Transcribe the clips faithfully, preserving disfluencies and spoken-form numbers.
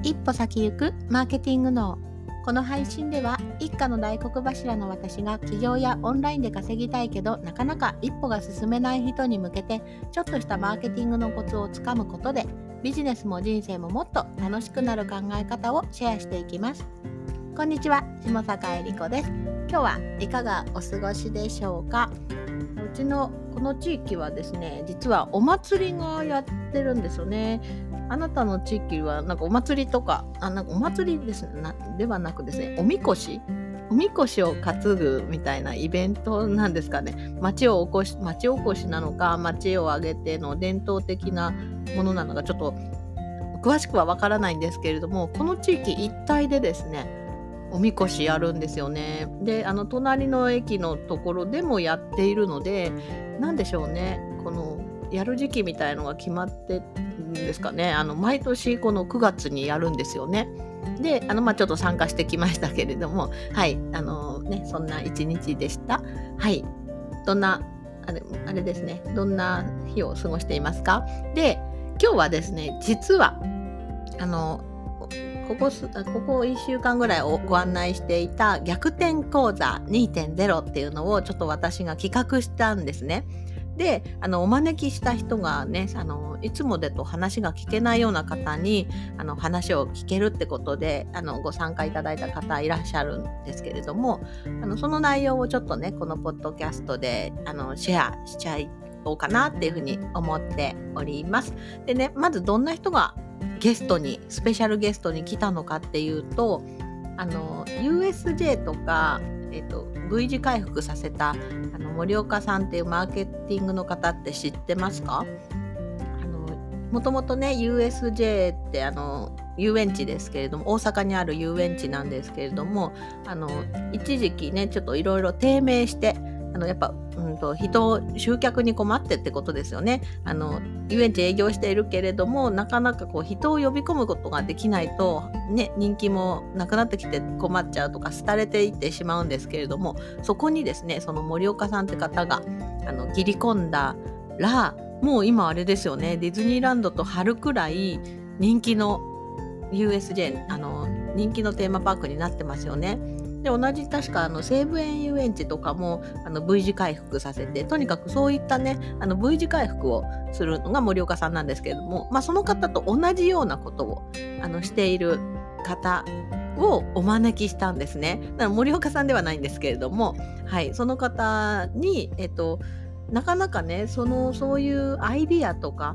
一歩先行くマーケティング脳。この配信では一家の大黒柱の私が起業やオンラインで稼ぎたいけどなかなか一歩が進めない人に向けてちょっとしたマーケティングのコツをつかむことでビジネスも人生ももっと楽しくなる考え方をシェアしていきます。こんにちは、下坂恵理子です。今日はいかがお過ごしでしょうか。うちのこの地域はですね、実はお祭りがやってるんですよね。あなたの地域はなんかお祭りとか、あなんかお祭りですなではなくですね、おみこしおみこしを担ぐみたいなイベントなんですかね。町を起こし町おこしなのか、町を挙げての伝統的なものなのか、ちょっと詳しくはわからないんですけれども、この地域一帯でですね、おみこしやるんですよね。で、あの隣の駅のところでもやっているので、なんでしょうね、このやる時期みたいのが決まってんですかね。あの毎年このくがつにやるんですよね。で、あのまあちょっと参加してきましたけれども、はいあのねそんな一日でした。はい、どんなあれあれですね、どんな日を過ごしていますか。で、今日はですね、実はあのここすここいっしゅうかんぐらいをご案内していた逆転講座 にてんゼロ っていうのをちょっと私が企画したんですね。で、あのお招きした人がね、あのいつもだと話が聞けないような方にあの話を聞けるってことであのご参加いただいた方いらっしゃるんですけれども、あのその内容をちょっとねこのポッドキャストであのシェアしちゃおうかなっていうふうに思っております。でね、まずどんな人がゲストにスペシャルゲストに来たのかっていうと、あの ユーエスジェー とか、えっと、V 字回復させたあの森岡さんっていうマーケティングの方って知ってますか。あのもともとね ユーエスジェー ってあの遊園地ですけれども、大阪にある遊園地なんですけれども、あの一時期ねちょっといろいろ低迷して、あのやっぱ、うん、と人集客に困ってってことですよね。あの遊園地営業しているけれどもなかなかこう人を呼び込むことができないと、ね、人気もなくなってきて困っちゃうとか廃れていってしまうんですけれども、そこにですねその森岡さんって方があの切り込んだら、もう今あれですよね、ディズニーランドと春くらい人気の ユーエスジェー あの人気のテーマパークになってますよね。で、同じ確かあの西武園遊園地とかもあの V 字回復させて、とにかくそういったねあの V 字回復をするのが森岡さんなんですけれども、まあ、その方と同じようなことをあのしている方をお招きしたんですね。だから森岡さんではないんですけれども、はい、その方に、えっと、なかなかねそのそういうアイディアとか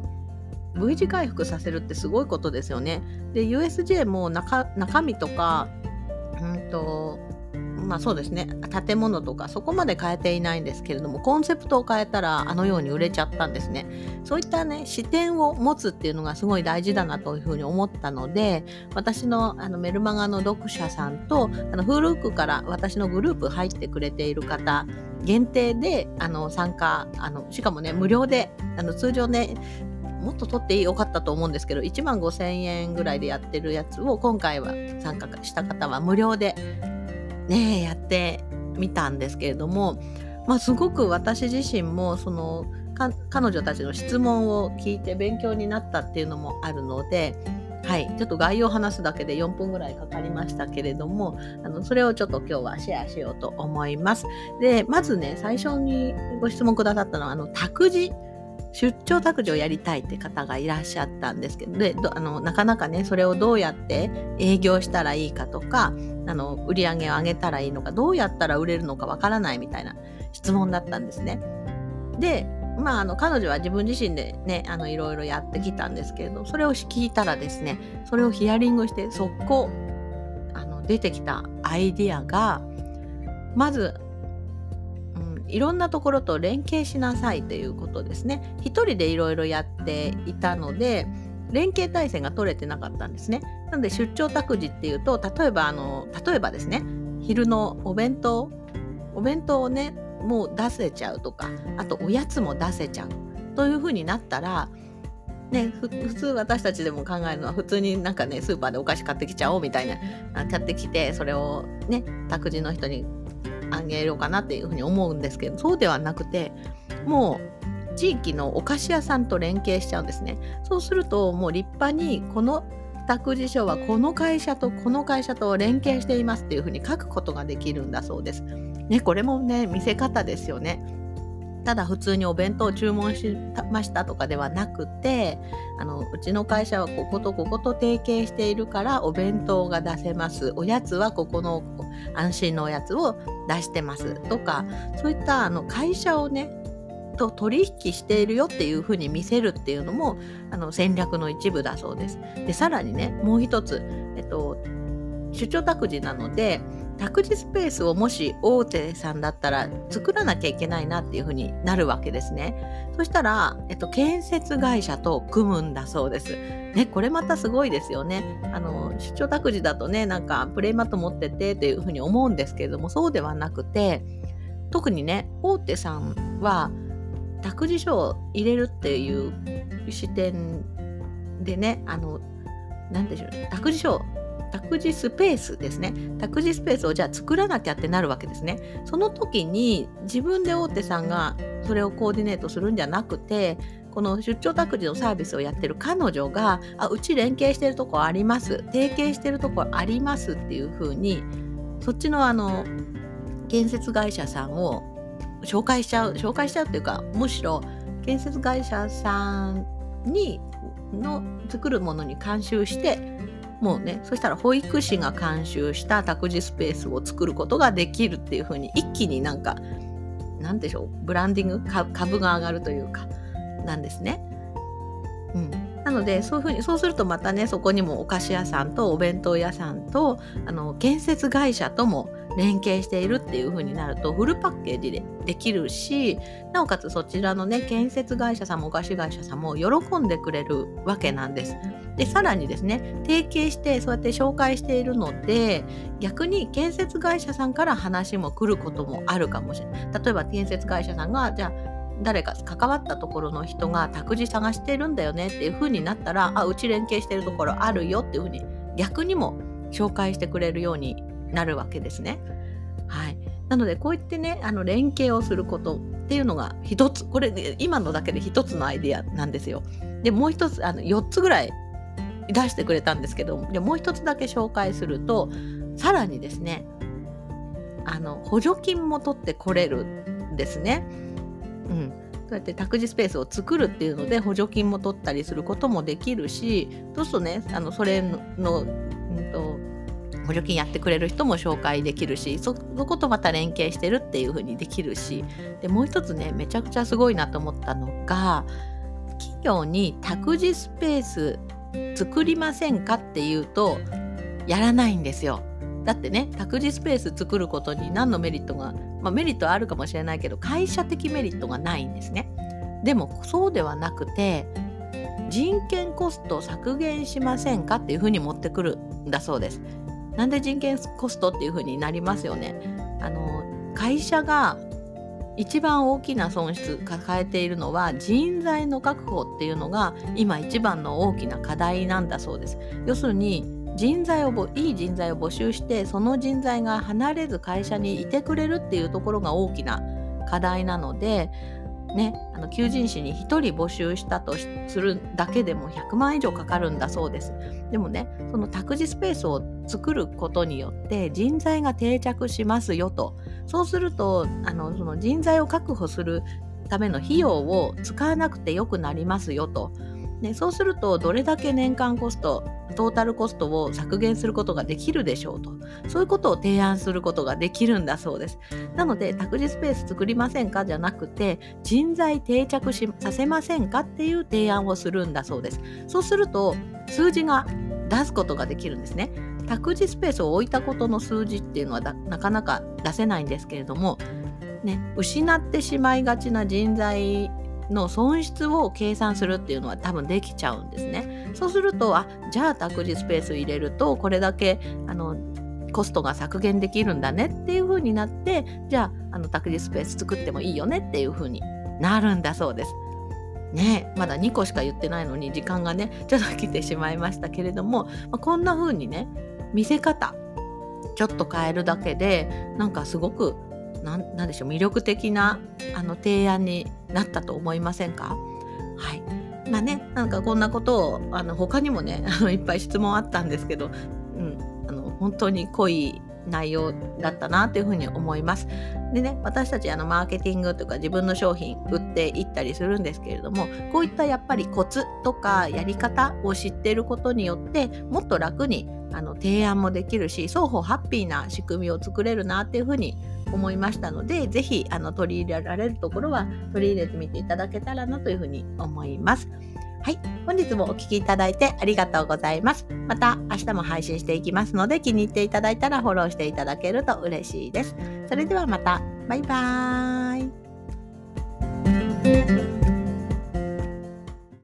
V 字回復させるってすごいことですよね。で ユーエスジェー も 中, 中身とかうんとまあそうですね、建物とかそこまで変えていないんですけれども、コンセプトを変えたらあのように売れちゃったんですね。そういったね視点を持つっていうのがすごい大事だなというふうに思ったので、私のあのメルマガの読者さんとあの Hulu から私のグループ入ってくれている方限定であの参加、あのしかもね無料で、あの通常ねもっと取ってよかったと思うんですけど、いちまんごせんえんぐらいでやってるやつを今回は参加した方は無料でねやってみたんですけれども、まあ、すごく私自身もそのか彼女たちの質問を聞いて勉強になったっていうのもあるので、はい、ちょっと概要を話すだけでよんぷんぐらいかかりましたけれども、あのそれをちょっと今日はシェアしようと思います。で、まずね最初にご質問くださったのはあの託児出張託児をやりたいって方がいらっしゃったんですけど、であのなかなかねそれをどうやって営業したらいいかとか、あの売り上げを上げたらいいのか、どうやったら売れるのかわからないみたいな質問だったんですね。で、まあ、あの彼女は自分自身でねあのいろいろやってきたんですけれど、それを聞いたらですね、それをヒアリングして速攻あの出てきたアイディアが、まずいろんなところと連携しなさいということですね。一人でいろいろやっていたので連携体制が取れてなかったんですね。なので出張託児っていうと、例えばあの例えばですね、昼のお弁当お弁当をねもう出せちゃうとか、あとおやつも出せちゃうというふうになったらね、ふ普通私たちでも考えるのは、普通になんかねスーパーでお菓子買ってきちゃおうみたいな、あ買ってきてそれをね託児の人にあげようかなっていうふうに思うんですけど、そうではなくて、もう地域のお菓子屋さんと連携しちゃうんですね。そうするともう立派にこの託児所はこの会社とこの会社と連携していますっていうふうに書くことができるんだそうです。ね、これもね、見せ方ですよね。ただ普通にお弁当を注文しましたとかではなくて、あのうちの会社はこことここと提携しているからお弁当が出せます。おやつはここの安心のおやつを出してますとか、そういったあの会社をねと取引しているよっていうふうに見せるっていうのもあの戦略の一部だそうです。で、さらにね、もう一つ、えっと、出張託児なので託児スペースをもし大手さんだったら作らなきゃいけないなっていうふうになるわけですね。そしたら、えっと、建設会社と組むんだそうです。ね、これまたすごいですよね。あの出張託児だとね、なんかプレイマット持ってってっていうふうに思うんですけれども、そうではなくて、特にね、大手さんは託児所を入れるっていう視点でね、あのなんでしょう、託児所託児スペースですね。託児スペースをじゃあ作らなきゃってなるわけですね。その時に自分で大手さんがそれをコーディネートするんじゃなくて、この出張託児のサービスをやってる彼女が、あ、うち連携してるとこあります、提携してるとこありますっていう風に、そっちのあの建設会社さんを紹介しちゃう、紹介しちゃうっていうか、むしろ建設会社さんにの作るものに監修して、もうね、そしたら保育士が監修した託児スペースを作ることができるっていう風に、一気になんかなんでしょう、ブランディング、株が上がるというかなんですね。うん、なのでそういう風にそうするとまたね、そこにもお菓子屋さんとお弁当屋さんとあの建設会社とも連携しているっていう風になるとフルパッケージでできるし、なおかつそちらのね建設会社さんもお菓子会社さんも喜んでくれるわけなんです。で、さらにですね、提携してそうやって紹介しているので、逆に建設会社さんから話も来ることもあるかもしれない。例えば建設会社さんが、じゃあ誰か関わったところの人が託児探してるんだよねっていう風になったら、あ、うち連携してるところあるよっていう風に逆にも紹介してくれるようになるわけですね。はい。なのでこういってね、あの連携をすることっていうのが一つ、これ、ね、今のだけで一つのアイデアなんですよ。で、もう一つ、あのよっつぐらい出してくれたんですけど、でもう一つだけ紹介すると、さらにですね、あの補助金も取ってこれるんですね。うん、そうやって託児スペースを作るっていうので補助金も取ったりすることもできるし、そうするとね、あのそれの、うんと、補助金やってくれる人も紹介できるし、そ, そことまた連携してるっていう風にできるし、でもう一つね、めちゃくちゃすごいなと思ったのが、企業に託児スペース作りませんかっていうとやらないんですよ。だってね、託児スペース作ることに何のメリットが、まあ、メリットはあるかもしれないけど会社的メリットがないんですね。でもそうではなくて、人件コストを削減しませんかっていうふうに持ってくるんだそうです。なんで人件コストっていうふうになりますよね。あの会社が一番大きな損失抱えているのは人材の確保っていうのが今一番の大きな課題なんだそうです。要するに人材をいい人材を募集して、その人材が離れず会社にいてくれるっていうところが大きな課題なので、ね、あの求人誌にひとり募集したとするだけでもひゃくまん以上かかるんだそうです。でもね、その託児スペースを作ることによって人材が定着しますよと。そうするとあのその人材を確保するための費用を使わなくてよくなりますよと。ね、そうするとどれだけ年間コスト、トータルコストを削減することができるでしょうと。そういうことを提案することができるんだそうです。なので託児スペース作りませんかじゃなくて、人材定着しさせませんかっていう提案をするんだそうです。そうすると数字が出すことができるんですね。託児スペースを置いたことの数字っていうのはなかなか出せないんですけれども、ね、失ってしまいがちな人材の損失を計算するっていうのは多分できちゃうんですね。そうすると、あ、じゃあ託児スペース入れるとこれだけあのコストが削減できるんだねっていう風になって、じゃあ、あの託児スペース作ってもいいよねっていう風になるんだそうです。ね、まだにこしか言ってないのに時間がねちょっと来てしまいましたけれども、まあ、こんな風にね見せ方ちょっと変えるだけでなんかすごくなん、なんでしょう、魅力的なあの提案になったと思いませんか？はい。 まあね、なんかこんなことをあの他にもねあのいっぱい質問あったんですけど、うん、あの本当に濃い内容だったなというふうに思います。でね、私たちあのマーケティングとか自分の商品売っていったりするんですけれども、こういったやっぱりコツとかやり方を知っていることによってもっと楽にあの提案もできるし、双方ハッピーな仕組みを作れるなっていうふうに思いましたので、ぜひあの取り入れられるところは取り入れてみていただけたらなというふうに思います。はい、本日もお聞きいただいてありがとうございます。また明日も配信していきますので、気に入っていただいたらフォローしていただけると嬉しいです。それではまた。バイバーイ。